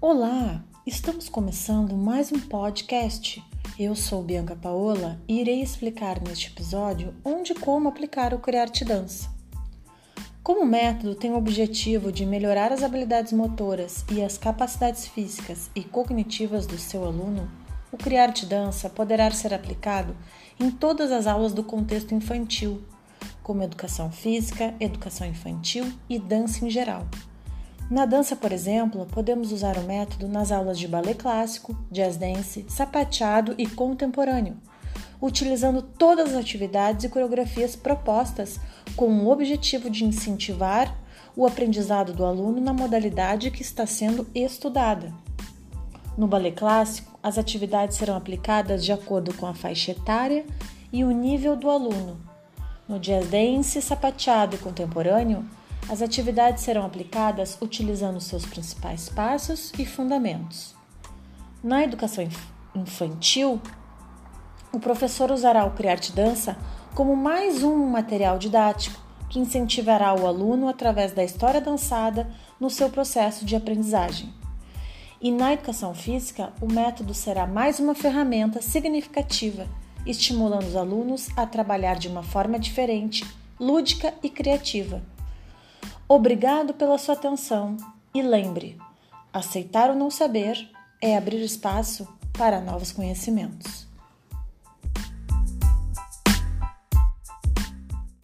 Olá, estamos começando mais um podcast. Eu sou Bianca Paola e irei explicar neste episódio onde e como aplicar o Criarte Dança. Como método tem o objetivo de melhorar as habilidades motoras e as capacidades físicas e cognitivas do seu aluno, o Criarte Dança poderá ser aplicado em todas as aulas do contexto infantil, como educação física, educação infantil e dança em geral. Na dança, por exemplo, podemos usar o método nas aulas de balé clássico, jazz dance, sapateado e contemporâneo, utilizando todas as atividades e coreografias propostas com o objetivo de incentivar o aprendizado do aluno na modalidade que está sendo estudada. No balé clássico, as atividades serão aplicadas de acordo com a faixa etária e o nível do aluno. No jazz dance, sapateado e contemporâneo, as atividades serão aplicadas utilizando seus principais passos e fundamentos. Na educação infantil, o professor usará o Criarte Dança como mais um material didático que incentivará o aluno através da história dançada no seu processo de aprendizagem. E na educação física, o método será mais uma ferramenta significativa, estimulando os alunos a trabalhar de uma forma diferente, lúdica e criativa. Obrigado pela sua atenção e lembre, aceitar o não saber é abrir espaço para novos conhecimentos.